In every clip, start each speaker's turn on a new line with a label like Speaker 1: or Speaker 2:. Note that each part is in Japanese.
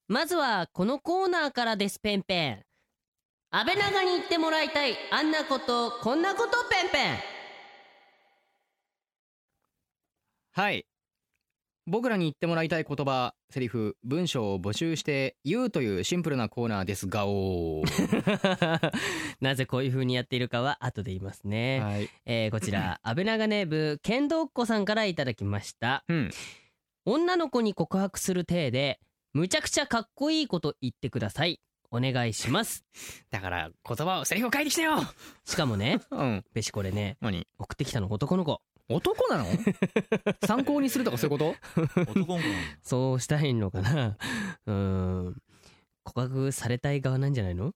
Speaker 1: まずはこのコーナーからです。ペンペン。安倍長に言ってもらいたいあんなことこんなことペンペン。
Speaker 2: はい、僕らに言ってもらいたい言葉、セリフ、文章を募集して言うというシンプルなコーナーですが
Speaker 1: なぜこういう風にやっているかは後で言いますね。
Speaker 2: はい、
Speaker 1: こちら安倍長ネーム剣道っ子さんからいただきました。女の子に告白する体でむちゃくちゃかっこいいこと言ってください。お願いします。
Speaker 2: だから言葉をセリフを書いてきてよ。
Speaker 1: しかもね
Speaker 2: べ
Speaker 1: しこれね、
Speaker 2: 何
Speaker 1: 送ってきたの男の子。
Speaker 2: 男なの参考にするとかそういうこと？
Speaker 3: 男の子
Speaker 1: そうしたいのかな。告白されたい側なんじゃないの？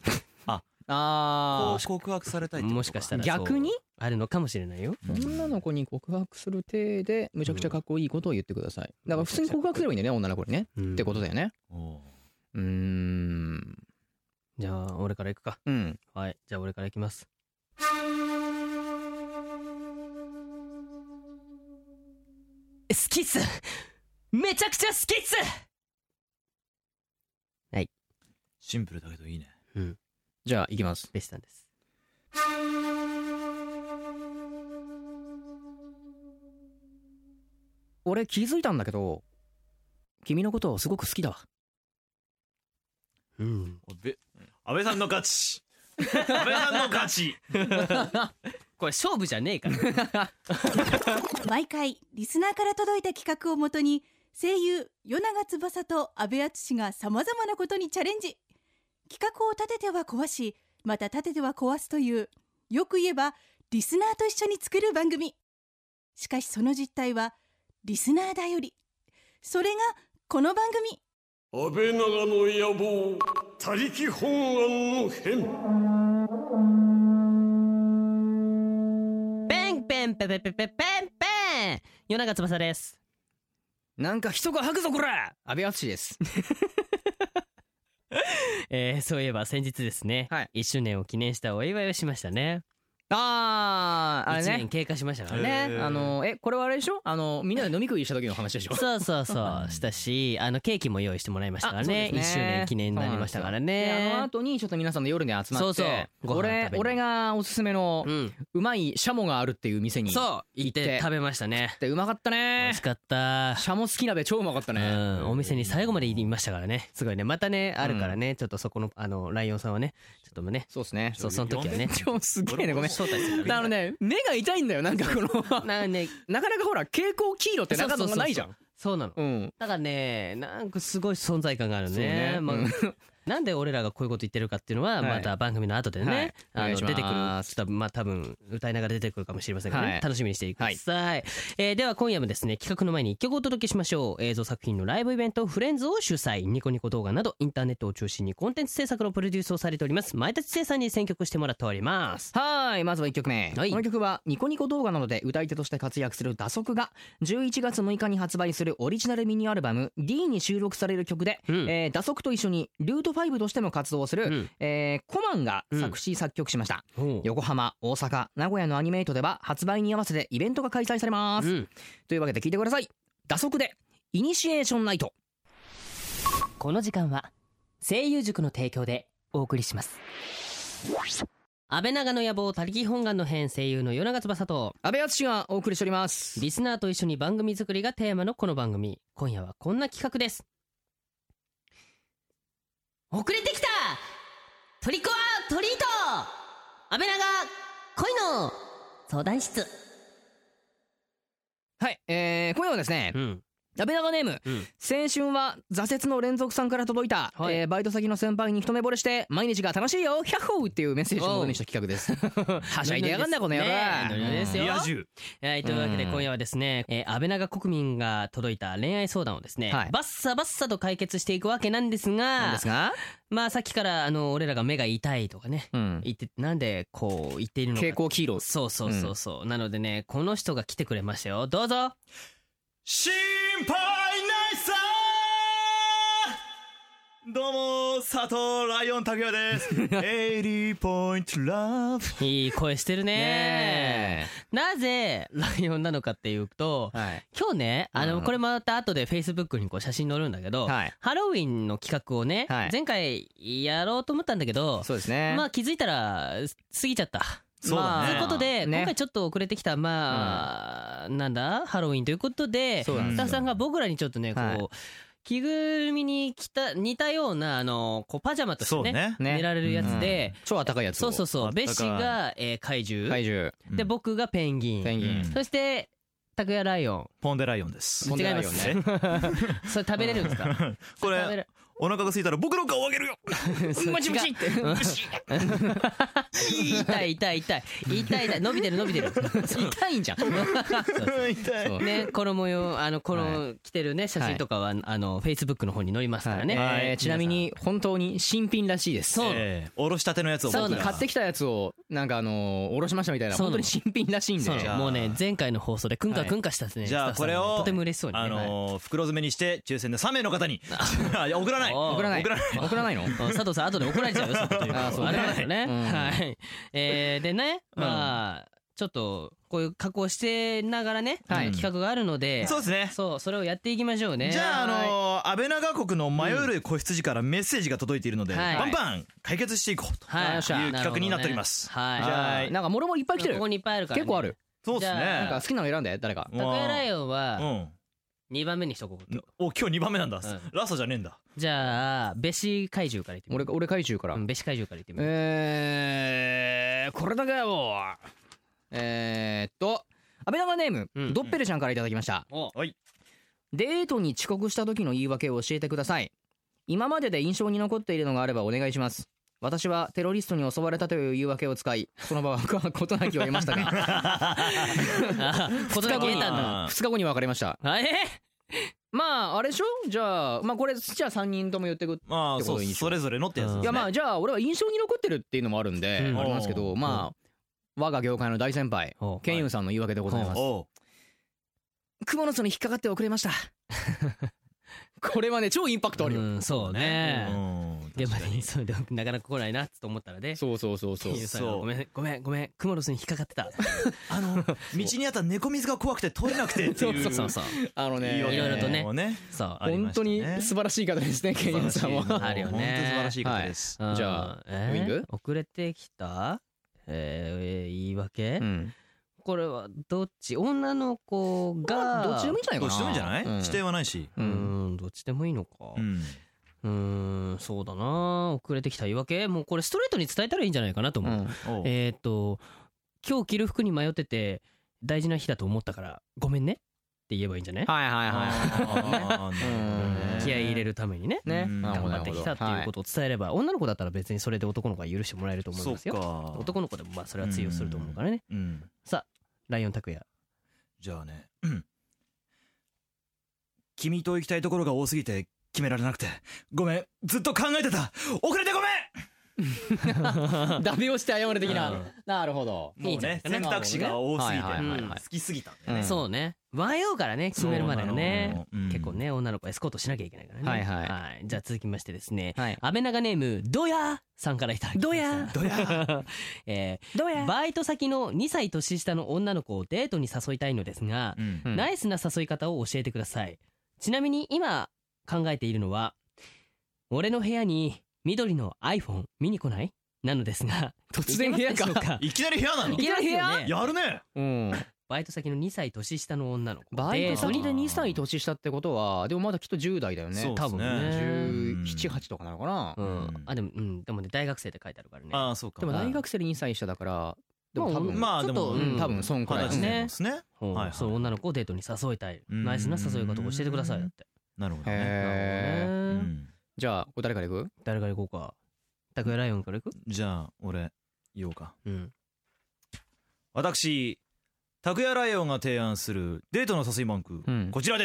Speaker 3: 告白されたいってことか。
Speaker 1: もしかしたら
Speaker 2: 逆に
Speaker 1: あるのかもしれないよ。
Speaker 2: 女の子に告白する体でむちゃくちゃかっこいいことを言ってください。だから普通に告白すればいいんだよね、女の子にね、ってことだよね。
Speaker 1: じゃあ俺から行くか。はい、じゃあ俺から行きます。好きっす。めちゃくちゃ好きっす。はい、
Speaker 3: シンプルだけどいいね。
Speaker 2: じゃあ行きます。
Speaker 1: ベスタンです。
Speaker 2: 俺気づいたんだけど君のことをすごく好きだわ。
Speaker 3: 安倍さんの勝ち。安倍さんの勝ち。
Speaker 1: これ勝負じゃねえから
Speaker 4: 毎回リスナーから届いた企画をもとに声優与永翼と阿部淳がさまざまなことにチャレンジ。企画を立てては壊し、また立てては壊すという、よく言えばリスナーと一緒に作る番組。しかしその実態はリスナーだより。それがこの番組、
Speaker 5: 安倍長の野望他力本願の変。
Speaker 1: ペンペンペペペペペンペン。与永翼です。
Speaker 2: なんか一言吐くぞこら。安倍淳です。
Speaker 1: そういえば先日ですね、1周年を記念したお祝いをしましたね。
Speaker 2: あれね、
Speaker 1: 1年経過しましたからね。
Speaker 2: これはあれでしょ、みんなで飲み食いした時の話でしょ。
Speaker 1: そうしたし、ケーキも用意してもらいましたからね。1周年記念になりましたからね。
Speaker 2: あの後にちょっと皆さんの夜に集まって、俺がおすすめのうまいシャモがあるっていう店に行って
Speaker 1: 食べましたね。
Speaker 2: でうまかったね。
Speaker 1: 美味しかった。
Speaker 2: シャモ好き鍋超うまかったね。
Speaker 1: お店に最後までいましたからね。すごいね。またねあるからね、ちょっとそこのライオンさんはね、ちょっとね、
Speaker 2: そうですね、
Speaker 1: その時はね、
Speaker 2: すげえね、ごめん。
Speaker 1: 招待する。
Speaker 2: 目が痛いんだよ。なんかこのなかなかほら蛍光黄色ってなかなかないじゃん。
Speaker 1: そうなの。だからね、なんかすごい存在感があるね。なんで俺らがこういうこと言ってるかっていうのはまた番組の後でね出てくる。ちょっと多分歌いながら出てくるかもしれませんがね、楽しみにしてください。では今夜もですね、企画の前に1曲お届けしましょう。映像作品のライブイベントフレンズを主催、ニコニコ動画などインターネットを中心にコンテンツ制作のプロデュースをされております前田知世さんに選曲してもらっております。
Speaker 2: はい、まずは1曲目。この曲はニコニコ動画などで歌い手として活躍する打足が11月6日に発売するオリジナルミニアルバム D に収録される曲で、打足と一緒にルート5としても活動する、コマンが作詞作曲しました。横浜、大阪、名古屋のアニメイトでは発売に合わせてイベントが開催されます。というわけで聴いてください。打足でイニシエーションナイト。
Speaker 1: この時間は声優塾の提供でお送りします。安倍長の野望他力本願の編、声優の与永翼と
Speaker 2: 安倍淳がお送りしております。
Speaker 1: リスナーと一緒に番組作りがテーマのこの番組、今夜はこんな企画です。遅れてきたトリコアトリート、安倍長恋の相談室。
Speaker 2: はい、今夜はですね、安倍長ネーム、青春は挫折の連続さんから届いた、バイト先の先輩に一目惚れして毎日が楽しいよヒャッホーっていうメッセージをもとにした企画です。はしゃいでやがんなこの野郎。
Speaker 1: ですよ。というわけで今夜はですね、安倍長国民が届いた恋愛相談をですね、バッサバッサと解決していくわけなんですが、まあさっきから俺らが目が痛いとかね、言ってなんでこう言っているのか、
Speaker 2: 蛍光黄色。
Speaker 1: そう、なのでね、この人が来てくれましたよ。どうぞ。
Speaker 5: 心配ないさ
Speaker 3: どうも佐藤ライオン拓也です80 point love
Speaker 1: いい声してるね。なぜライオンなのかっていうと、今日ねこれまた後で Facebook にこう写真載るんだけど、ハロウィンの企画をね、前回やろうと思ったんだけど、
Speaker 2: そうですね、
Speaker 1: まあ気づいたら過ぎちゃった。
Speaker 3: そうだね。
Speaker 1: ということで、今回ちょっと遅れてきたなんだハロウィンということで、スタッフさんが僕らにちょっとねこう着ぐるみに似たようなこうパジャマとしてね寝られるやつで、
Speaker 2: 超暖かいやつ。
Speaker 1: そうベッシーが怪獣で、僕がペンギン、そして拓也ライオン、
Speaker 3: ポンデライオンです。
Speaker 1: 違いますね。それ食べれるんですか？
Speaker 3: これお腹が空いたら僕の顔あげるよ。
Speaker 2: ムチムチって
Speaker 1: 痛い伸びてる
Speaker 2: 痛いんじゃん。
Speaker 1: ね、この模様この着てるね写真とかはFacebook の方に載りますからね。
Speaker 2: ちなみに本当に新品らしいです。
Speaker 1: そう、
Speaker 3: おろしたてのやつを
Speaker 2: 買ってきたやつをなんかおろしましたみたいな、本当に新品らしいんで、
Speaker 1: もうね前回の放送でくんかしたですね。
Speaker 3: じゃあこれを
Speaker 1: とても嬉しそうに
Speaker 3: 袋詰めにして抽選で3名の方に送らない
Speaker 2: の
Speaker 1: 佐藤さん後で怒られちゃうよ。あれなんですよね。はいでね、まあちょっとこういう加工してながらね企画があるので、
Speaker 3: そうですね。
Speaker 1: それをやっていきましょうね。
Speaker 3: じゃあ安倍長国の迷える子羊からメッセージが届いているので、バンバン解決していこうという企画になっております。
Speaker 2: はい。なんかもろもろいっぱい来てる。
Speaker 1: ここにいっぱいあるから。
Speaker 2: 結構ある。
Speaker 3: そうですね。
Speaker 2: なんか好きなの選んで誰か。
Speaker 1: 拓也ライオンは2番目にしとこう。
Speaker 3: お、今日2番目なんだ。ラストじゃねえんだ。
Speaker 1: じゃあベシ怪獣から言ってみる。
Speaker 2: 俺怪獣から。
Speaker 1: ベシ怪獣から言ってみる。
Speaker 2: これだけよ。安倍長ネームドッペルちゃんからいただきました。デートに遅刻した時の言い訳を教えてください。今までで印象に残っているのがあればお願いします。私はテロリストに襲われたという言い訳を使い、その場は事なきを得ましたが2日後に別れました。まああれでしょ。じゃあこれ3人とも言ってくってことでいいでしょ。
Speaker 3: それぞれのってやつですね。
Speaker 2: いやまあじゃあ俺は印象に残ってるっていうのもあるんでありますけど、まあ我が業界の大先輩ケンユンさんの言い訳でございます。クモの巣に引っかかって遅れました。これはね超インパクトあるよ。
Speaker 1: そうね。現場にそうでなかなか来ないなと思ったらね。
Speaker 2: そう
Speaker 1: ごめんクモの巣に引っかかってた。
Speaker 3: 道にあった猫水が怖くて取れなくてっていう。
Speaker 1: そういろいろとね。
Speaker 2: 本当に素晴らしい方ですね、ケンユンさんは。
Speaker 1: あるよね。
Speaker 3: 本当に素晴らしい方です。
Speaker 2: じゃあウィング
Speaker 1: 遅れてきた言い訳。これはどっち？女の子が
Speaker 2: どっちでもいいんじゃないかな。
Speaker 3: どっちでもいいんじゃない？指定はないし。
Speaker 1: どっちでもいいのか。そうだな。遅れてきた言い訳、もうこれストレートに伝えたらいいんじゃないかなと思う。今日着る服に迷ってて大事な日だと思ったからごめんねって言えばいいんじゃない？気合い入れるためにね頑張ってきたっていうことを伝えれば、女の子だったら別にそれで男の子が許してもらえると思いますよ。男の子でもまあそれは通用すると思うからね。さあライオン拓也、
Speaker 3: じゃあね、君と行きたいところが多すぎて決められなくてごめん、ずっと考えてた、遅れてごめん。
Speaker 2: ダメをして謝る的な。なるほど。
Speaker 3: もうね選択肢が多すぎて好きすぎたんでね。
Speaker 1: そうね、迷うからね決めるまでがね結構ね女の子エスコートしなきゃいけないからね。はい。じゃあ続きましてですね、安倍長ネームドヤさんからいただきました。バイト先の2歳年下の女の子をデートに誘いたいのですが、ナイスな誘い方を教えてください。ちなみに今考えているのは、俺の部屋に緑の iPhone 見に来ないなのですが、
Speaker 2: 突然部屋か。
Speaker 3: いきなり部屋なの？
Speaker 1: いきなり部屋？
Speaker 3: やるね。
Speaker 1: バイト先の2歳年下の女の子。
Speaker 2: バイト先で2歳年下ってことはでもまだきっと10代だよね。
Speaker 1: 多分ね。
Speaker 2: 17、8とかなのかな。
Speaker 1: でもね大学生って書いてあるからね。
Speaker 3: ああそうか。
Speaker 2: でも大学生で2歳下だから、でも多分
Speaker 3: まあでも
Speaker 2: 多分そんくらいですね。
Speaker 1: そう女の子をデートに誘いたい。ナイスな誘い方を教えてくださいだって。
Speaker 3: なるほどね。
Speaker 2: じゃあこれ誰から行く？
Speaker 1: 誰から行こうか。拓也ライオンから行く？
Speaker 3: じゃあ俺言おうか。私拓也ライオンが提案するデートの誘い文句、こちらです。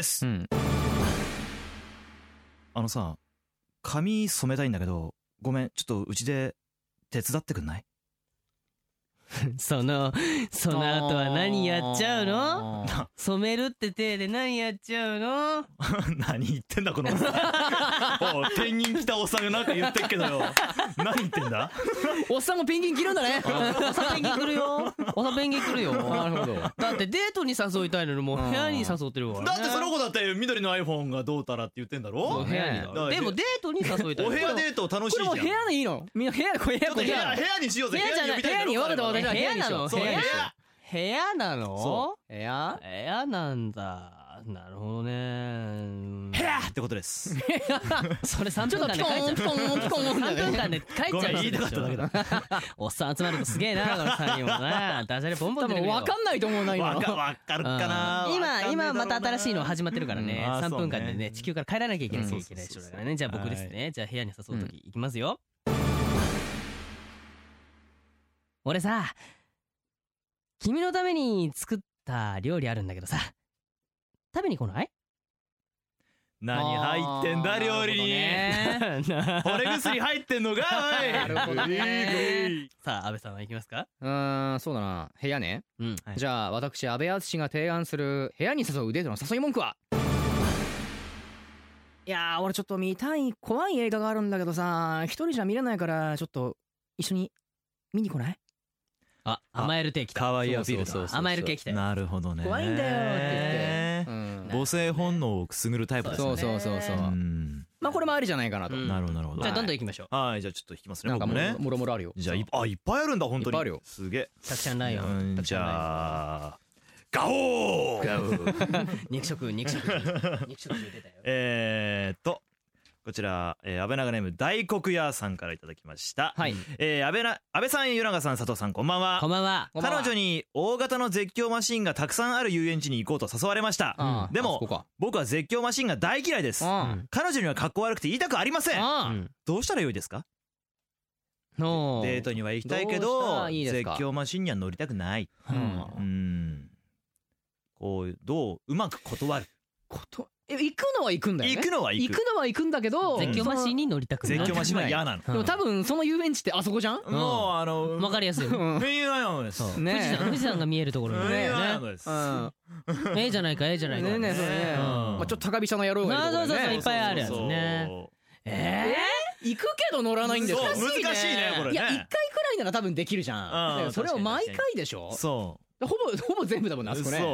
Speaker 3: さ、髪染めたいんだけどごめん、ちょっとうちで手伝ってくんない？
Speaker 1: その後は何やっちゃうの？染めるって手で何やっちゃうの？
Speaker 3: 何言ってんだこのおっさん。おう、ペンギン着たおっさんがなんか言ってっけどよ。何言ってんだ？
Speaker 2: おっさんもペンギン着るんだね。
Speaker 1: おさペンギン来るよ。おさペンギン来るよ。
Speaker 2: なるほど。
Speaker 1: だってデートに誘いたいのにもう部屋に誘ってるからね。
Speaker 3: だってその子だって緑の iPhone がどうたらって言ってんだろ。
Speaker 1: 部屋にだ。でもデートに誘いたい。
Speaker 3: お部屋デート楽しいじゃん。
Speaker 2: これもう部屋でいいの？みんな部屋でこれ部
Speaker 3: 屋にしようぜ。部屋に呼びたい。
Speaker 2: 部屋に分かった分かった。
Speaker 1: 部屋なの？
Speaker 3: そう部屋。
Speaker 1: 部屋なの？
Speaker 3: そ
Speaker 2: 部屋？
Speaker 1: 部屋なんだ。なるほどね。
Speaker 3: 部屋ってことです。
Speaker 1: それ3分間で帰っちゃう。3分間で帰っちゃう。
Speaker 3: ごめん、言いたかっただけだ。
Speaker 1: おっさん集まるとすげえな、この3人もな。ダジャレボンボン出てくるよ。
Speaker 2: 分かんないと思うな今の。
Speaker 3: わかるかな。
Speaker 1: 今また新しいの始まってるからね。3分間でね、
Speaker 3: そう
Speaker 1: 地球から帰らなきゃいけない人だからね。じゃあ僕ですね。じゃあ部屋に誘うときいきますよ。俺さ、君のために作った料理あるんだけどさ、食べに来ない？
Speaker 3: 何入ってんだ料理に。惚れ薬入ってんのかおい。
Speaker 2: なるほどね。
Speaker 1: さあ安倍さんは行きますか？
Speaker 2: そうだな、部屋ね。
Speaker 3: はい
Speaker 2: じゃあ私安倍敦が提案する部屋に誘うデートの誘い文句は、いやー俺ちょっと見たい怖い映画があるんだけどさ、一人じゃ見れないからちょっと一緒に見に来ない？
Speaker 1: あ、甘える手来た。
Speaker 3: 可愛いアピールだ。
Speaker 2: そう
Speaker 1: 甘える系来たよ。
Speaker 3: なるほどね。
Speaker 2: 怖いんだよって言って、
Speaker 3: 母性本能をくすぐるタイプですね。
Speaker 2: そうまあこれもありじゃないかなと。
Speaker 3: なるほどなるほど。
Speaker 1: じゃあどんどん行きましょう。
Speaker 3: はい、じゃあちょっと引きますね。
Speaker 2: なんか
Speaker 3: 僕ね。
Speaker 2: もろもろあるよ。
Speaker 3: じゃあいっぱいあるんだ本当に。
Speaker 2: いっぱいあるよ。
Speaker 3: すげえ。
Speaker 1: たくさんライオン。
Speaker 3: じゃあガオー。
Speaker 1: 肉食出たよ。
Speaker 3: こちら安倍長ネーム大黒屋さんからいただきました。はい。安倍さん、与永さん、佐藤さん、こんばんは。
Speaker 1: こんばんは。
Speaker 3: 彼女に大型の絶叫マシンがたくさんある遊園地に行こうと誘われました。でも僕は絶叫マシンが大嫌いです。彼女には格好悪くて言いたくありません。どうしたらよいですか？デートには行きたいけど絶叫マシンには乗りたくない。こううまく断る。
Speaker 2: 行くのは行くんだよね。行くのは行くんだけど、
Speaker 1: 絶叫マシンに乗りたくない。
Speaker 3: 絶叫マシンは嫌なの。
Speaker 2: でも多分その遊園地ってあそこじゃん。
Speaker 3: もう
Speaker 1: 分かりやすい。富士山が見えるところね。ええじゃないか。
Speaker 2: ちょっと高飛車の野郎がいるところね。
Speaker 1: そういっぱいあるやつね。
Speaker 2: 行くけど乗らないんですよ。
Speaker 3: 難しいねこれね。
Speaker 2: いや1回くらいなら多分できるじゃん。それを毎回でしょ。
Speaker 3: そう
Speaker 2: ほぼ全部だもんなあそこね。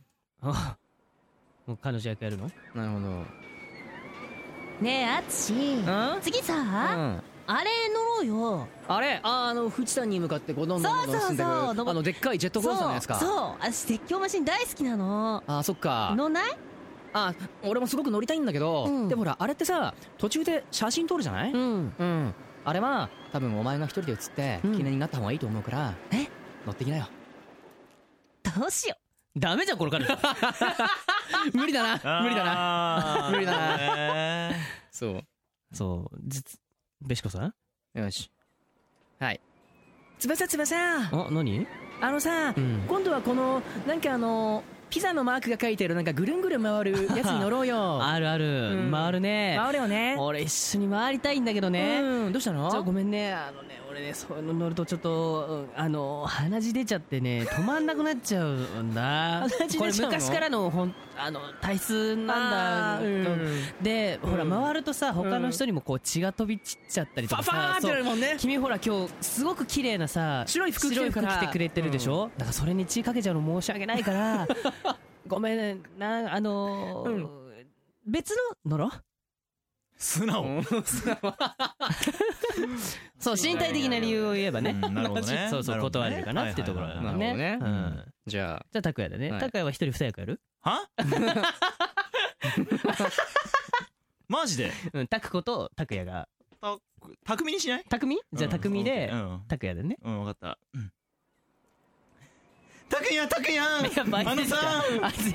Speaker 1: もう彼女役やるの？
Speaker 2: なるほど。
Speaker 6: ねえあつし、次さ、あれ乗ろうよ。
Speaker 2: あれ富士山に向かってどんどん進んでるでっかいジェットコースターのやつか。
Speaker 6: そう私絶叫マシン大好きなの。
Speaker 2: そっか。
Speaker 6: 乗んない？
Speaker 2: 俺もすごく乗りたいんだけど、でもほらあれってさ途中で写真撮るじゃない？あれは多分お前が一人で写って記念になった方がいいと思うから、乗ってきなよ。
Speaker 6: どうしよう。
Speaker 1: ダメじゃんこの彼女。
Speaker 2: 無理だな。
Speaker 1: そうベシコさん。
Speaker 2: よし。はい。翼。
Speaker 1: 何？
Speaker 2: さ、今度はこのなんかピザのマークが書いてるなんかぐるんぐるん回るやつに乗ろうよ。
Speaker 1: ある回るね。
Speaker 2: 回るよね。
Speaker 1: 俺一緒に回りたいんだけどね。
Speaker 2: どうしたの？
Speaker 1: ごめんね。俺ねそういうの乗るとちょっと鼻血出ちゃってね止まんなくなっちゃうんだ。これ昔からの体質なんだ。でほら回るとさ他の人にもこう血が飛び散っちゃったりとかさ。君ほら今日すごく綺麗なさ白い服着てくれてるでしょ。だからそれに血かけちゃうの申し訳ないから。ごめんな別の乗ろう。
Speaker 3: 素直。
Speaker 1: そう身体的な理由を言えばね。
Speaker 3: なるほどね。
Speaker 1: そう断れるかなっていうところだね。
Speaker 2: じゃ
Speaker 1: あ拓也だね。拓也は一人二役やる？
Speaker 3: は？マジで？
Speaker 1: 拓子と拓也が
Speaker 3: 匠にしない？
Speaker 1: 匠？じゃあ匠で拓也だね。
Speaker 3: 分かった。拓也さ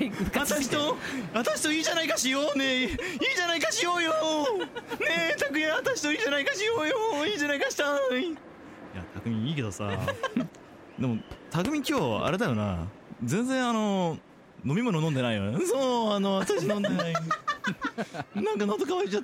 Speaker 3: 私といいじゃないかしようね。いいじゃないかしようよねえ拓也私といいじゃないかしようよ。いいじゃないかしたい。いや匠いいけどさでも匠今日あれだよな全然飲み物飲んでないよね。そう私飲んでないなんか喉乾いちゃった。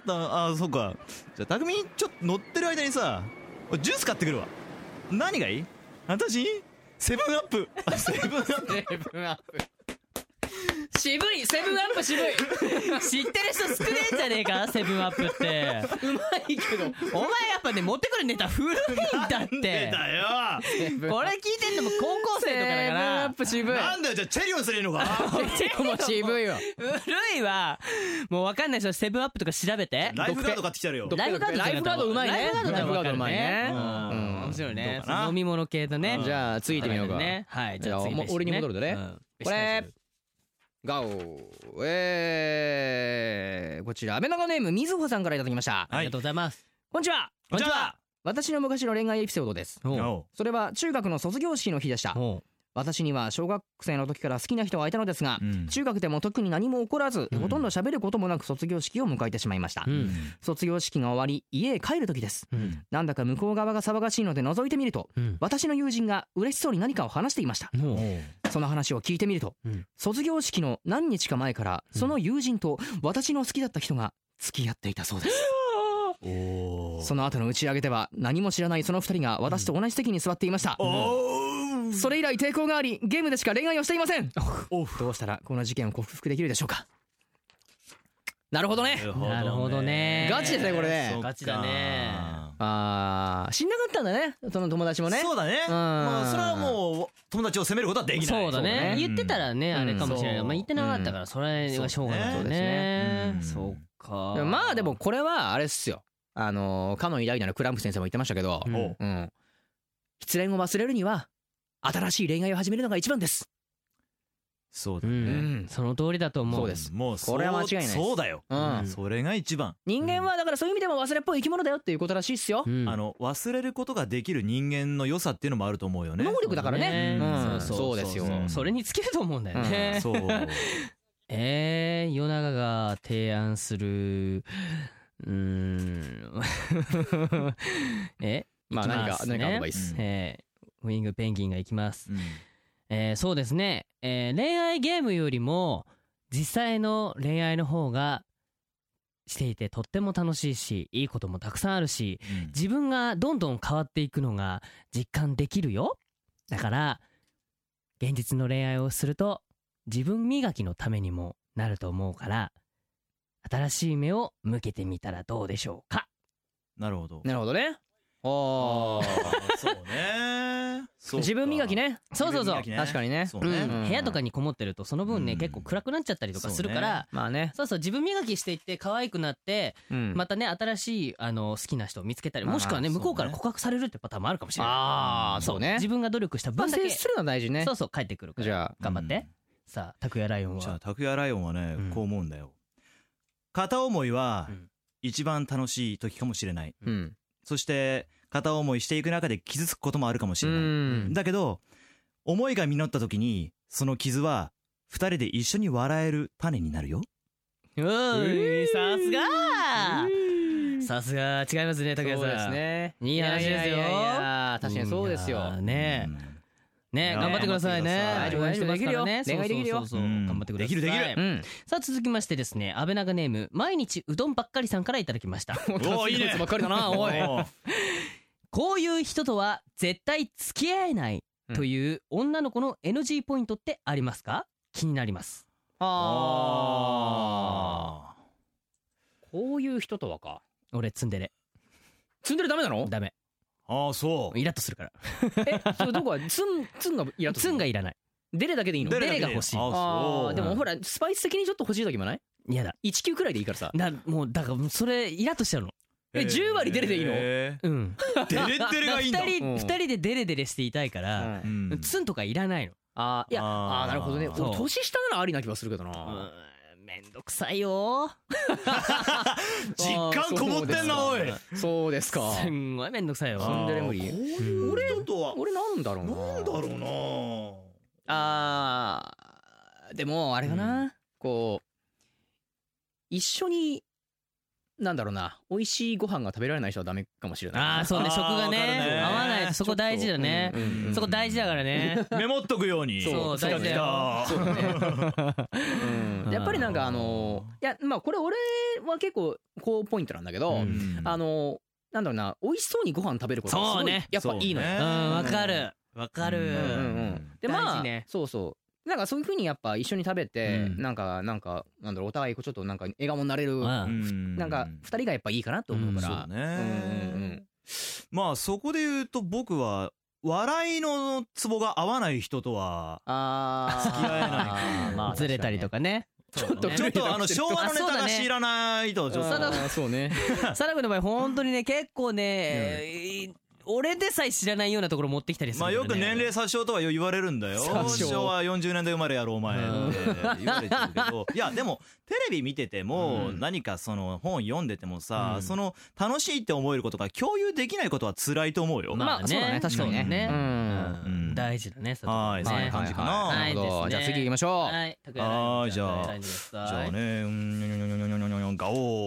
Speaker 3: そうか。じゃあ匠ちょっと乗ってる間にさジュース買ってくるわ。何がいい？私セブンアップセブンアップ
Speaker 2: セブンアップ渋い。セブンアップ渋い。
Speaker 1: 知ってる人少ねえんじゃねえかセブンアップって。
Speaker 2: うまいけど
Speaker 1: お前やっぱね持ってくるネタ古いんだって。
Speaker 3: だよ
Speaker 1: これ聞いてんのも高校生とかだか
Speaker 2: セブンアッ
Speaker 1: ら。
Speaker 2: プ渋い。
Speaker 3: なんだよじゃあチェリオンすればいいのか
Speaker 2: チェリオンも渋いわ。
Speaker 1: 古いわ。もう分かんない人セブンアップとか調べて。
Speaker 3: ライフガード買ってきてやるよ。
Speaker 1: ライフガード
Speaker 2: うまいね。
Speaker 1: ライフガード
Speaker 2: うまいね。
Speaker 1: 面白いね。
Speaker 3: どうかな
Speaker 1: 飲み物系だね。
Speaker 2: じゃあ次行ってみようか。
Speaker 1: はい。じゃあ次
Speaker 2: もう俺に戻るとね。これガオこちら安倍長ネームみずほさんからいただきました。
Speaker 1: ありがとうございます。
Speaker 2: こんにちは。
Speaker 3: こんにちは。
Speaker 2: 私の昔の恋愛エピソードです。それは中学の卒業式の日でした。私には小学生の時から好きな人がいたのですが、中学でも特に何も起こらず、ほとんど喋ることもなく卒業式を迎えてしまいました。卒業式が終わり家へ帰る時です。なんだか向こう側が騒がしいので覗いてみると、私の友人が嬉しそうに何かを話していました。その話を聞いてみると、卒業式の何日か前からその友人と私の好きだった人が付き合っていたそうです。その後の打ち上げでは何も知らないその2人が私と同じ席に座っていました。それ以来抵抗がありゲームでしか恋愛をしていません。どうしたらこの事件を克服できるでしょうか。なるほどね。
Speaker 1: なるほどね。
Speaker 2: ガチですねこれね。
Speaker 1: ガチだね。
Speaker 2: 死んなかったんだねその友達もね。
Speaker 3: そうだね。まあそれはもう友達を責めることはできない。
Speaker 1: そうだね。言ってたらねあれかもしれない。まあ言ってなかったからそれはしょうがないですね。そうか。
Speaker 2: まあでもこれはあれっすよ。かの偉大なるクランプ先生も言ってましたけど、失恋を忘れるには新しい恋愛を始めるのが一番です。
Speaker 3: そうだね。
Speaker 1: その通りだと思う。
Speaker 2: そうです。
Speaker 3: もう
Speaker 2: これは間違いないです。
Speaker 3: そうだよ。それが一番。
Speaker 2: 人間はだからそういう意味でも忘れっぽい生き物だよっていうことらしいっすよ。
Speaker 3: 忘れることができる人間の良さっていうのもあると思うよね。
Speaker 2: 能力だからね。そうですよ。
Speaker 1: それに尽きると思うんだよね。
Speaker 3: そう。
Speaker 1: 与永が提案する
Speaker 2: まあ何かあればいいっす。
Speaker 1: ウィングペンギンが行きます。そうですね。恋愛ゲームよりも実際の恋愛の方がしていてとっても楽しいしいいこともたくさんあるし、自分がどんどん変わっていくのが実感できるよ。だから現実の恋愛をすると自分磨きのためにもなると思うから新しい目を向けてみたらどうでしょうか。
Speaker 3: なるほど。
Speaker 2: なるほどね。
Speaker 3: そうね。
Speaker 2: 自分磨きね。
Speaker 1: そう確
Speaker 2: かにね。
Speaker 1: 部屋とかにこもってるとその分ね結構暗くなっちゃったりとかするから、
Speaker 2: まあね。
Speaker 1: そう自分磨きしていって可愛くなってまたね新しい好きな人を見つけたり、もしくはね向こうから告白されるってパターンもあるかもしれない。そうね。自分が努力した分だけ
Speaker 2: 接するのは大事ね。
Speaker 1: そう帰ってくるから。じゃあ頑張って。さあ拓也ライオンは。
Speaker 3: じゃあ拓也ライオンはねこう思うんだよ。片思いは一番楽しい時かもしれない。そして片思いしていく中で傷つくこともあるかもしれない。だけど思いが実った時にその傷は二人で一緒に笑える種になるよ。さすが違いますね拓也さん。そうですね。いい話ですよ。
Speaker 2: 確かにそうですよ。
Speaker 1: ね頑張ってくださいね。
Speaker 2: できるよ。恋愛できるよ。
Speaker 1: 頑張ってください。できる。さあ続きましてですね、安倍長ネーム毎日うどんばっかりさんからいただきました。
Speaker 2: おいいねばっかりだな。おい。
Speaker 1: こういう人とは絶対付き合えないという女の子の NG ポイントってありますか？気になります。
Speaker 2: こういう人とはか。
Speaker 1: 俺ツンデレ。
Speaker 2: ツンデレダメなの？
Speaker 1: ダメ。
Speaker 3: そう
Speaker 1: イラッとするから。
Speaker 2: それどこはツンがイラッとする？
Speaker 1: ツンがいらない。
Speaker 2: デレだけでいいの？
Speaker 1: デレが欲しい。
Speaker 2: でもほらスパイス的にちょっと欲しい時もない？
Speaker 1: 嫌だ。
Speaker 2: 1級くらいでいいからさ。
Speaker 1: もうだからそれイラッとしちゃうの。
Speaker 2: 10割デレでいいの？
Speaker 1: うん。
Speaker 3: デレデレがいいんだ。
Speaker 1: 2人でデレデレしていたいからツンとかいらないの。
Speaker 2: なるほどね。年下ならありな気がするけどな。
Speaker 1: めんどくさいよ。
Speaker 3: 実感こもってんなおい。
Speaker 2: そうですか。
Speaker 1: すんごいめんどくさいよ。
Speaker 2: ツンデレ無理。俺なんだろうな。でもあれかな。こう一緒になんだろうな、美味しいご飯が食べられない人はダメかもしれない。そうね、食がね合わないとそこ大事だね。そこ大事だからね。
Speaker 3: メモっとくように。
Speaker 1: そう大事だよ。
Speaker 2: やっぱりなんかいやまあこれ俺は結構高ポイントなんだけど、なんだろうな、美味しそうにご飯食べることがすごいやっぱいいのよ。
Speaker 1: わかる。 わかる。
Speaker 2: でまあ
Speaker 1: ね、
Speaker 2: そうそうなんかそういう風にやっぱ一緒に食べて、なんだろうお互いちょっとなんか笑顔になれる、なんか2人がやっぱいいかなと思うから、
Speaker 3: そうね。まあそこで言うと僕は笑いのツボが合わない人とは付き合えない
Speaker 1: まあずれたりとかね。
Speaker 2: ちょっと
Speaker 3: 昭和のネタが知らないとちょっと
Speaker 2: そうね。
Speaker 1: サラ君の場合本当にね結構ね俺でさえ知らないようなところ持ってきたりする、
Speaker 3: まあよく年齢詐称とは言われるんだよ。昭和40年代生まれやろお前って言われてるけど、いやでもテレビ見てても何かその本読んでてもさ、その楽しいって思えることが共有できないことは辛いと思うよ。
Speaker 2: まあそうだね、確かにね。
Speaker 1: 大事だね。
Speaker 3: はい、そういう感じかな。
Speaker 2: なるほど。じゃあ次行きましょう。
Speaker 1: はい、
Speaker 3: じゃあね、ガオ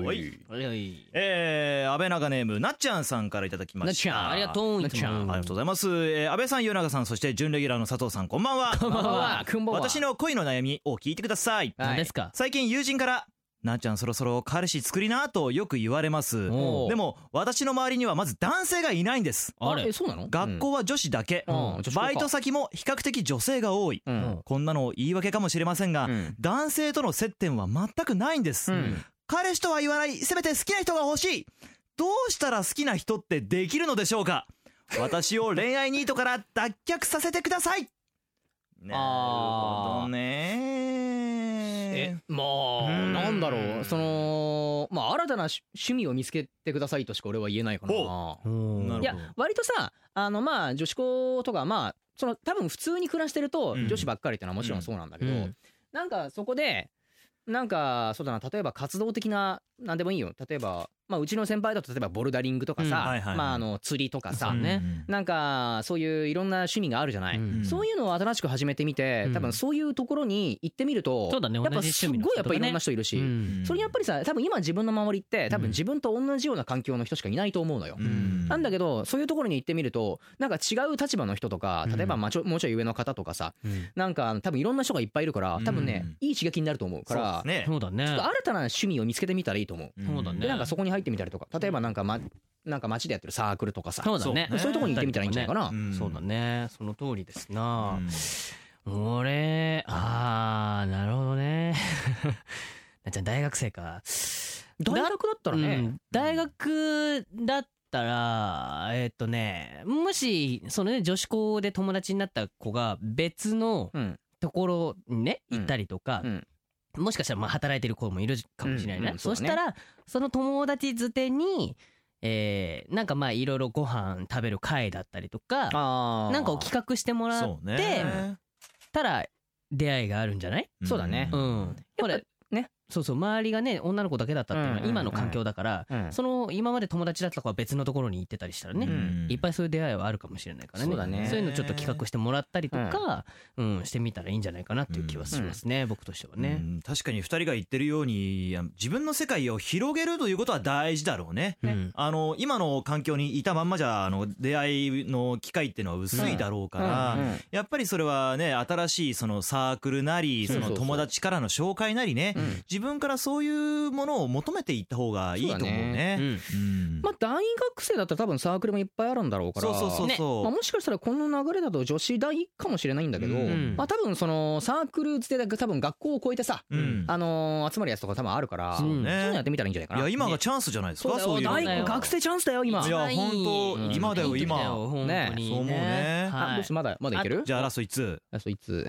Speaker 3: ー。安倍長ネームなっちゃんさんからいただきました。
Speaker 1: ありがとう。
Speaker 3: ありがとうございます。安倍さん、与永さん、そして準レギュラーの佐藤さん、こんばんは。
Speaker 1: こんばんは。
Speaker 3: 私の恋の悩みを聞いてください。
Speaker 1: 何ですか？
Speaker 3: 最近友人からなっちゃんそろそろ彼氏作りなとよく言われます。でも私の周りにはまず男性がいないんです。
Speaker 2: あれそうなの？
Speaker 3: 学校は女子だけ、バイト先も比較的女性が多い、こんなの言い訳かもしれませんが、男性との接点は全くないんです。彼氏とは言わない、せめて好きな人が欲しい。どうしたら好きな人ってできるのでしょうか？私を恋愛ニートから脱却させてください。なるほどね。
Speaker 2: まあなんだろう、そのまあ新たな趣味を見つけてくださいとしか俺は言えないかな。いや割とさまあ女子校とかまあその多分普通に暮らしてると女子ばっかりってのはもちろんそうなんだけど、なんかそこでなんかそうだな、例えば活動的な何でもいいよ。例えばまあうちの先輩だと例えばボルダリングとかさ、まあ釣りとかさ、なんかそういういろんな趣味があるじゃない。そういうのを新しく始めてみて、多分そういうところに行ってみると、やっぱすごいやっぱいろんな人いるし、それやっぱりさ多分今自分の周りって多分自分と同じような環境の人しかいないと思うのよ。なんだけどそういうところに行ってみるとなんか違う立場の人とか、例えばもうちょい上の方とかさ、なんか多分いろんな人がいっぱいいるから多分ねいい刺激になると思うから、
Speaker 1: そうだね。
Speaker 2: 新たな趣味を見つけてみたらいいと思う。
Speaker 1: そうだね。
Speaker 2: でなんかそこに入ってみたりとか、例えばなんか街でやってるサークルとかさ、そういうところに行ってみたらいいんじゃないかな。
Speaker 1: そうだね、その通りですな。俺なるほどね。なっちゃん大学生か。
Speaker 2: 大学だったらね、
Speaker 1: 大学だったらもしそのね女子校で友達になった子が別のところにね行ったりとか、もしかしたらまあ働いてる子もいるかもしれないね。そしたらその友達づてになんかまあいろいろご飯食べる会だったりとかなんかを企画してもらってたら出会いがあるんじゃない？
Speaker 2: そうだね。
Speaker 1: これね、そう周りがね女の子だけだったっていうのは今の環境だから、その今まで友達だった子は別のところに行ってたりしたらね、いっぱいそういう出会いはあるかもしれないからね。そういうのちょっと企画してもらったりとか、してみたらいいんじゃないかなっていう気はしますね、僕としてはね。
Speaker 3: 確かに2人が言ってるように自分の世界を広げるということは大事だろうね。今の環境にいたまんまじゃ出会いの機会っていうのは薄いだろうから、やっぱりそれはね新しいそのサークルなりその友達からの紹介なりね、自分からそういうものを求めていった方がいいと思うね。
Speaker 2: まあ大学生だったら多分サークルもいっぱいあるんだろうから、もしかしたらこの流れだと女子大かもしれないんだけど、まあ多分そのサークルつて多分学校を超えてさ、集まるやつとか多分あるから、そういうのやってみたらいいんじゃないかな。
Speaker 3: いや今がチャンスじゃないですか。そういう
Speaker 2: 学生チャンスだよ今。
Speaker 3: いや本当今だよ今。
Speaker 2: ね、
Speaker 3: そう思うね。
Speaker 2: どうしてまだいける？
Speaker 3: じゃあラスト1通。
Speaker 2: ラスト1通。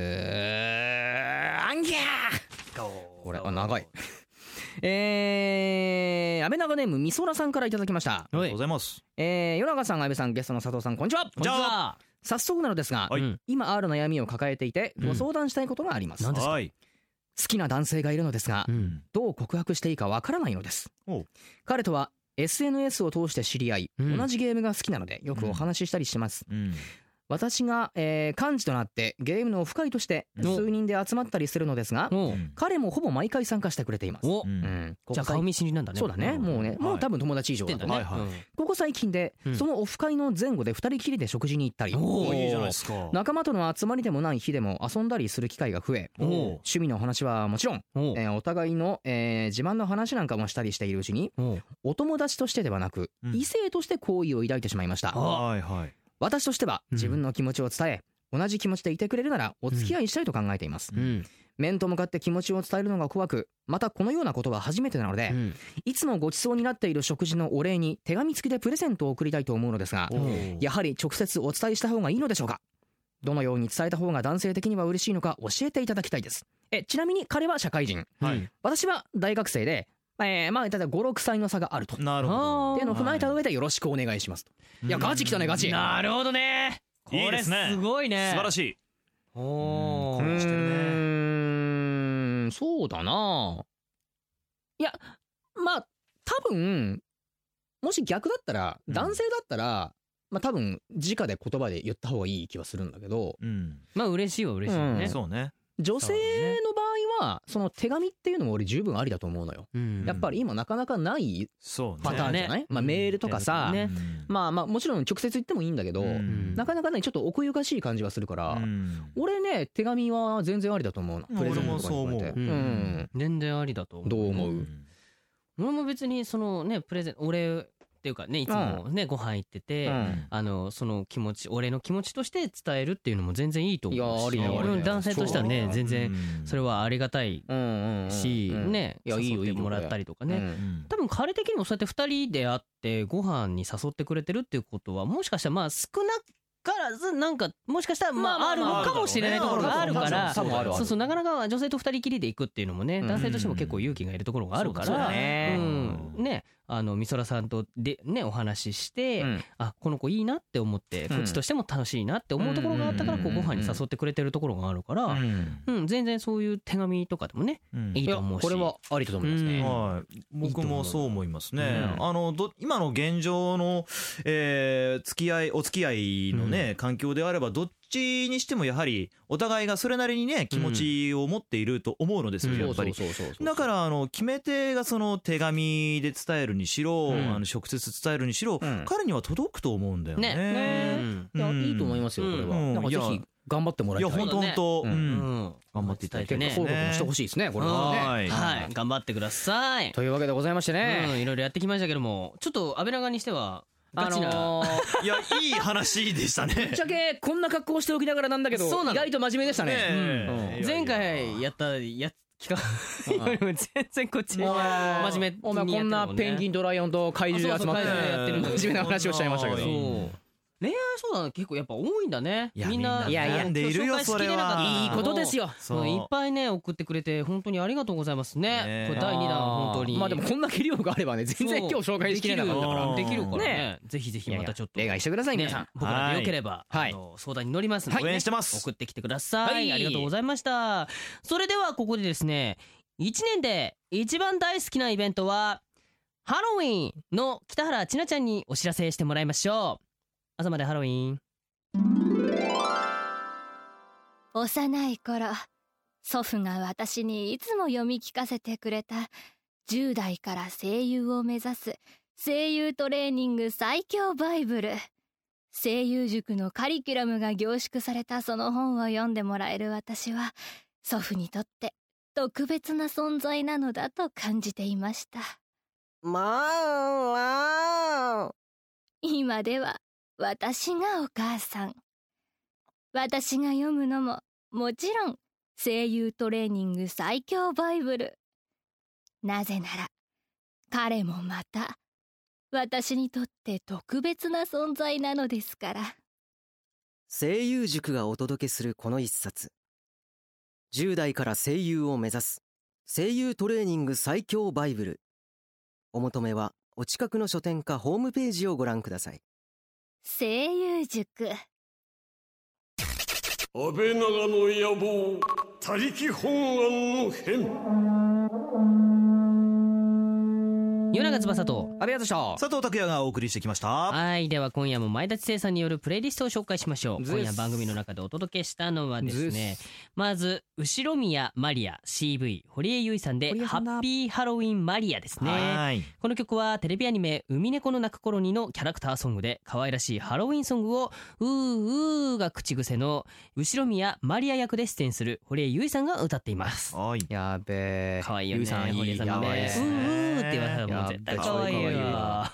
Speaker 2: アンギャー。これ長い。安倍長ネームみそらさんからいただきました。
Speaker 3: ありがとうございます。
Speaker 2: 与永さん、安倍さん、ゲストの佐藤さん、こんにちは。
Speaker 3: じゃあ
Speaker 2: 早速なのですが、今ある悩みを抱えていてご相談したいことがあります。
Speaker 1: 何ですか？
Speaker 2: 好きな男性がいるのですが、どう告白していいかわからないのです。彼とは SNS を通して知り合い、同じゲームが好きなのでよくお話ししたりしてます。私が、幹事となってゲームのオフ会として数人で集まったりするのですが、彼もほぼ毎回参加してくれています。
Speaker 1: じゃあ顔見知りなんだね。
Speaker 2: そうだね。もう多分友達以上だとね。ここ最近でそのオフ会の前後で2人きりで食事に行ったり、
Speaker 3: いいじゃないですか。
Speaker 2: 仲間との集まりでもない日でも遊んだりする機会が増え、趣味の話はもちろん、お互いの、自慢の話なんかもしたりしているうちに、お友達としてではなく異性として好意を抱いてしまいました。 私としては自分の気持ちを伝え、同じ気持ちでいてくれるならお付き合いしたいと考えています。面と向かって気持ちを伝えるのが怖く、またこのようなことは初めてなので、いつもご馳走になっている食事のお礼に手紙付きでプレゼントを送りたいと思うのですが、やはり直接お伝えした方がいいのでしょうか。どのように伝えた方が男性的には嬉しいのか教えていただきたいです。ちなみに彼は社会人、私は大学生で、まあただ 5,6 歳の差があると。
Speaker 3: なるほど。
Speaker 2: っていうのを踏まえた上でよろしくお願いしますと。いやガチきたね、ガチ。
Speaker 1: なるほどね。これすごいね。
Speaker 3: 素晴らしい。
Speaker 1: お
Speaker 3: ー、してる
Speaker 2: ね。そうだな。いやまあ多分もし逆だったら、男性だったらまあ多分直で言葉で言った方がいい気はするんだけど、
Speaker 1: まあ嬉しいは嬉しいよね。
Speaker 3: そうね。
Speaker 2: 女性の場合はその手紙っていうのも俺十分ありだと思うのよ。やっぱり今なかなかないパターンじゃない？まあメールとかさ、まあもちろん直接言ってもいいんだけど、なかなかねちょっと奥ゆかしい感じがするから、俺ね手紙は全然ありだと思うの。プレゼントとかに加えて。
Speaker 1: 全然ありだと思う。
Speaker 2: どう思う？
Speaker 1: 俺も別にそのねプレゼント俺っていうかねいつもねご飯行ってて、その気持ち俺の気持ちとして伝えるっていうのも全然いいと思うし、男性としてはね全然それはありがたいしね、誘ってもらったりとかね、多分彼的にもそうやって2人で会ってご飯に誘ってくれてるっていうことはもしかしたらまあ少なからずなんかもしかしたらまああるのかもしれないところがあるから、そうそうなかなか女性と2人きりで行くっていうのもね男性としても結構勇気がいるところがあるからね美空さんとでねお話しして、あこの子いいなって思ってこっちとしても楽しいなって思うところがあったからこうご飯に誘ってくれてるところがあるから全然そういう手紙とかでもねいいと思うし、
Speaker 2: これはありだと思いますね。
Speaker 3: 僕もそう思いますね。今の現状のお付き合いのね環境であればどっちにしてもやはりお互いがそれなりにね気持ちを持っていると思うのですよやっぱり。だから決め手がその手紙で伝えるにしろ直接伝えるにしろ彼には届くと思うんだよね。
Speaker 2: いやいいと思いますよこれは。なんかぜひ頑張ってもらいたい。
Speaker 3: いや本当頑張っていただきたいですね。
Speaker 2: 報告もしてほしいですねこれはね。
Speaker 1: はい頑張ってください。
Speaker 2: というわけでございましてね、
Speaker 1: いろいろやってきましたけどもちょっと安倍長にしては。い
Speaker 3: やいい話でしたね。
Speaker 2: ぶっちゃけこんな格好しておきながらなんだけど意外と真面目でしたね。
Speaker 1: 前回やったやつ企画よりも全然こっち真面目にやってるもんね。
Speaker 2: こんなペンギンとライオンと怪獣集まって真面目な話をしちゃいましたけど。
Speaker 1: 恋愛相談結構やっぱ多いんだね。みんな
Speaker 3: 悩んでいるよそれは。
Speaker 2: いいことですよ。
Speaker 1: いっぱいね送ってくれて本当にありがとうございますね。これ第2弾本当に。
Speaker 2: まあでもこんな量があればね全然今日紹介しきれなかったから
Speaker 1: できるからね。ぜひぜひまたちょっと
Speaker 2: お願いしてください皆さん。
Speaker 1: 僕らでよければ相談に乗りますので
Speaker 3: 応援してます。
Speaker 1: 送ってきてください。ありがとうございました。それではここでですね1年で一番大好きなイベントはハロウィンの北原千奈ちゃんにお知らせしてもらいましょう。朝までハロウィン。
Speaker 6: 幼い頃祖父が私にいつも読み聞かせてくれた10代から声優を目指す声優トレーニング最強バイブル。声優塾のカリキュラムが凝縮されたその本を読んでもらえる私は祖父にとって特別な存在なのだと感じていました。今では私がお母さん。私が読むのももちろん声優トレーニング最強バイブル。なぜなら彼もまた私にとって特別な存在なのですから。
Speaker 7: 声優塾がお届けするこの一冊、10代から声優を目指す声優トレーニング最強バイブル。お求めはお近くの書店かホームページをご覧ください。
Speaker 6: 声優塾。
Speaker 5: 安倍長の野望、他力本願の変。
Speaker 1: 夜長翼と
Speaker 2: 安倍敦と
Speaker 3: 佐藤拓也がお送りしてきました。
Speaker 1: はい、では今夜も前田知世さんによるプレイリストを紹介しましょう。今夜番組の中でお届けしたのはですね、まず後宮マリア CV 堀江由衣さんでハッピーハロウィンマリアですね。この曲はテレビアニメ海猫の鳴く頃にのキャラクターソングで可愛らしいハロウィンソングをうーうーが口癖の後宮マリア役で出演する堀江由衣さんが歌っています。
Speaker 2: やべえ
Speaker 1: 可愛いよね。
Speaker 2: 由衣さんいい。
Speaker 1: 堀江さんのねうーうーって言われたらもう絶対可愛いわ。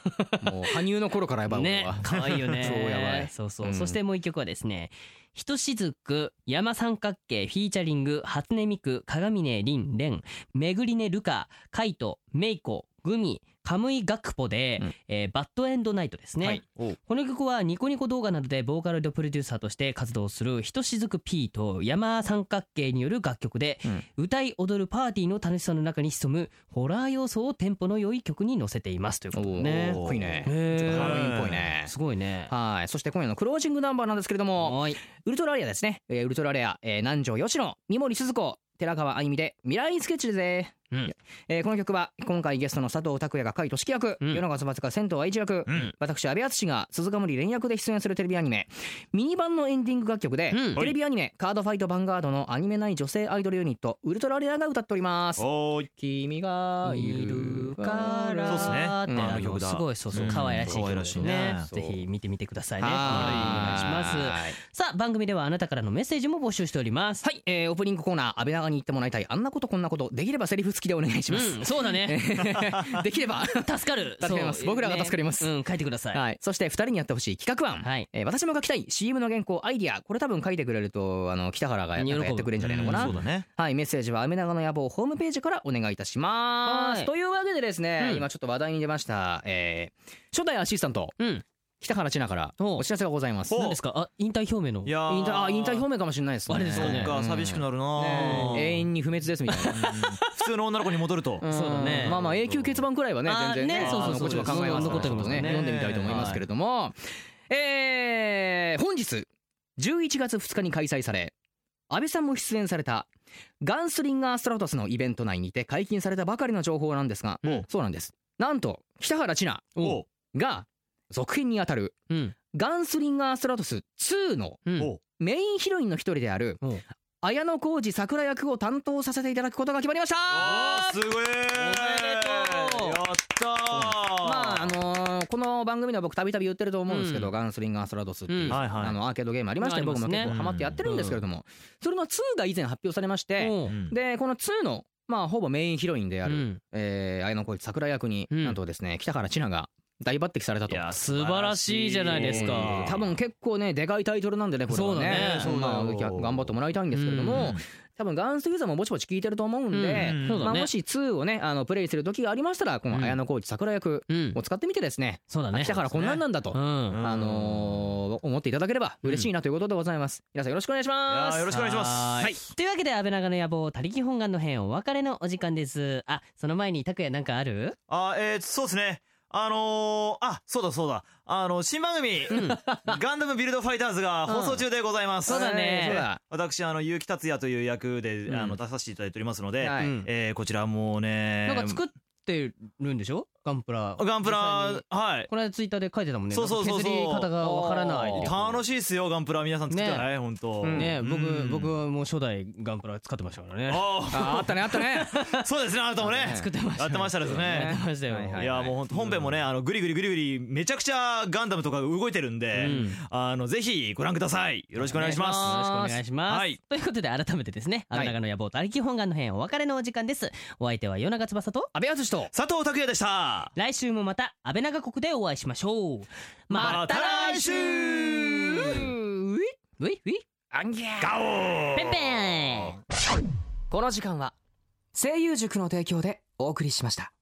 Speaker 2: もう羽生の頃からやばい俺は
Speaker 1: ね、可愛いよね。
Speaker 2: 超やばい。
Speaker 1: そうそう、
Speaker 2: うん、
Speaker 1: そしてもう一曲はですね、ひとしずく山三角形フィーチャリング初音ミク鏡音凛蓮めぐりねルカカイトメイコグミカムイガクポで、バッドエンドナイトですね、はい、この曲はニコニコ動画などでボーカルとプロデューサーとして活動するひとしずく P と山三角形による楽曲で、歌い踊るパーティーの楽しさの中に潜むホラー要素をテンポの良い曲に乗せていますということでね。
Speaker 2: かっこいいね。ちょっとハロウィンっぽいね。
Speaker 1: すごいね。
Speaker 2: はい。そして今夜のクロージングナンバーなんですけれども、ウルトラレアですね。ウルトラレア、南條吉野、三森鈴子、寺川あゆみで未来スケッチでぜ。この曲は今回ゲストの佐藤拓也が甲斐俊樹役、与永翼が仙藤愛知役、私阿部淳が鈴鹿森蓮役で出演するテレビアニメミニ版のエンディング楽曲で、テレビアニメカードファイトヴァンガードのアニメ内女性アイドルユニットウルトラレアが歌っております。君がいるから
Speaker 3: そうですね、
Speaker 1: あの曲だ。すごいそうそう可愛らしい曲ですね。ぜひ見てみてくださいね。お願いします。さあ番組ではあなたからのメッセージも募集しております。
Speaker 2: はい、オープニングコーナー安倍長に言ってもらいたいあんなことこんなこと、できればセリフ付きでお願いします。
Speaker 1: そうだね。
Speaker 2: できれば
Speaker 1: 助かる。
Speaker 2: 助かります。僕らが助かります。
Speaker 1: 書いてください。
Speaker 2: はい。そして2人にやってほしい企画案。私も書きたい CM の原稿アイディア、これ多分書いてくれると北原がやってくれるんじゃないのかな。
Speaker 3: そうだね。
Speaker 2: はい。メッセージは雨長の野望ホームページからお願いいたします。というわけでですね、今ちょっと話題に出ました初代アシスタント。北原千奈からお知らせがございます。
Speaker 1: 何ですか？引退表明の。
Speaker 2: 引退表明かもしれないですね。
Speaker 1: あれですかね。
Speaker 3: 寂しくなるな。
Speaker 2: 永遠に不滅ですみたいな。
Speaker 3: 普通の女の子に戻ると。
Speaker 1: そうだね。
Speaker 2: まあ永久欠番くらいはね全然ね。こっちも考えますからね。読んでみたいと思いますけれども、本日11月2日に開催され、安倍さんも出演されたガンスリンガーストラトスのイベント内にて解禁されたばかりの情報なんですが、そうなんです。なんと北原千奈が続編にあたるガンスリンガーストラトス2のメインヒロインの一人である綾小路さくら役を担当させていただくことが決まりました。
Speaker 3: すごい。おめでとう。やった
Speaker 2: ー。この番組では僕たびたび言ってると思うんですけど、ガンスリンガーストラトスっていうアーケードゲームありまして、僕も結構ハマってやってるんですけれども、それの2が以前発表されまして、でこの2のほぼメインヒロインである綾小路さくら役になんとですね北原千奈が大抜擢されたと。
Speaker 1: いや素晴らしいじゃないですか。
Speaker 2: 多分結構ねでかいタイトルなんでねこれはね。頑張ってもらいたいんですけれども、多分ガンスユーザーもぼちぼち聞いてると思うんで、もし2をねプレイする時がありましたらこの綾小路さくら役を使ってみてですね、北原こんなんだと思っていただければ嬉しいなということでございます。皆さんよろしくお願いします。
Speaker 3: よろしくお願いします。
Speaker 1: はい。というわけで安倍長の野望他力本願の編お別れのお時間です。その前に拓也なんかある？
Speaker 3: そうですね。そうだ。新番組、ガンダムビルドファイターズが放送中でございます。
Speaker 1: そうだね。
Speaker 3: 私、結城達也という役で、出させていただいておりますので、こちらもうね。
Speaker 1: なんか作ってるんでしょ？ガンプラ、
Speaker 3: はい。
Speaker 1: この間ツイッターで書いてたもんね。
Speaker 3: そう。
Speaker 1: 削り方がわからない。
Speaker 3: 楽しいっすよ、ガンプラ。皆さん作ってない？本当。
Speaker 1: ね、僕はもう初代ガンプラ使ってましたからね。
Speaker 2: あったね。
Speaker 3: そうですね、あなたもね。
Speaker 1: 作ってました。
Speaker 3: やってましたですね。
Speaker 1: やってましたよ。
Speaker 3: いやもう本編もね、グリグリめちゃくちゃガンダムとか動いてるんで、ぜひご覧ください。よろしくお願いします。
Speaker 1: よろしくお願いします。ということで改めてですね、安倍長の野望他力本願の編お別れのお時間です。お相手は与永翼と
Speaker 2: 安倍淳と
Speaker 3: 佐藤拓也でした。
Speaker 1: 来週もまた安倍長国でお会いしましょう。
Speaker 3: また来週。
Speaker 1: ウィ
Speaker 2: アンギャー
Speaker 3: ガオー
Speaker 1: ペンペン。
Speaker 2: この時間は声優塾の提供でお送りしました。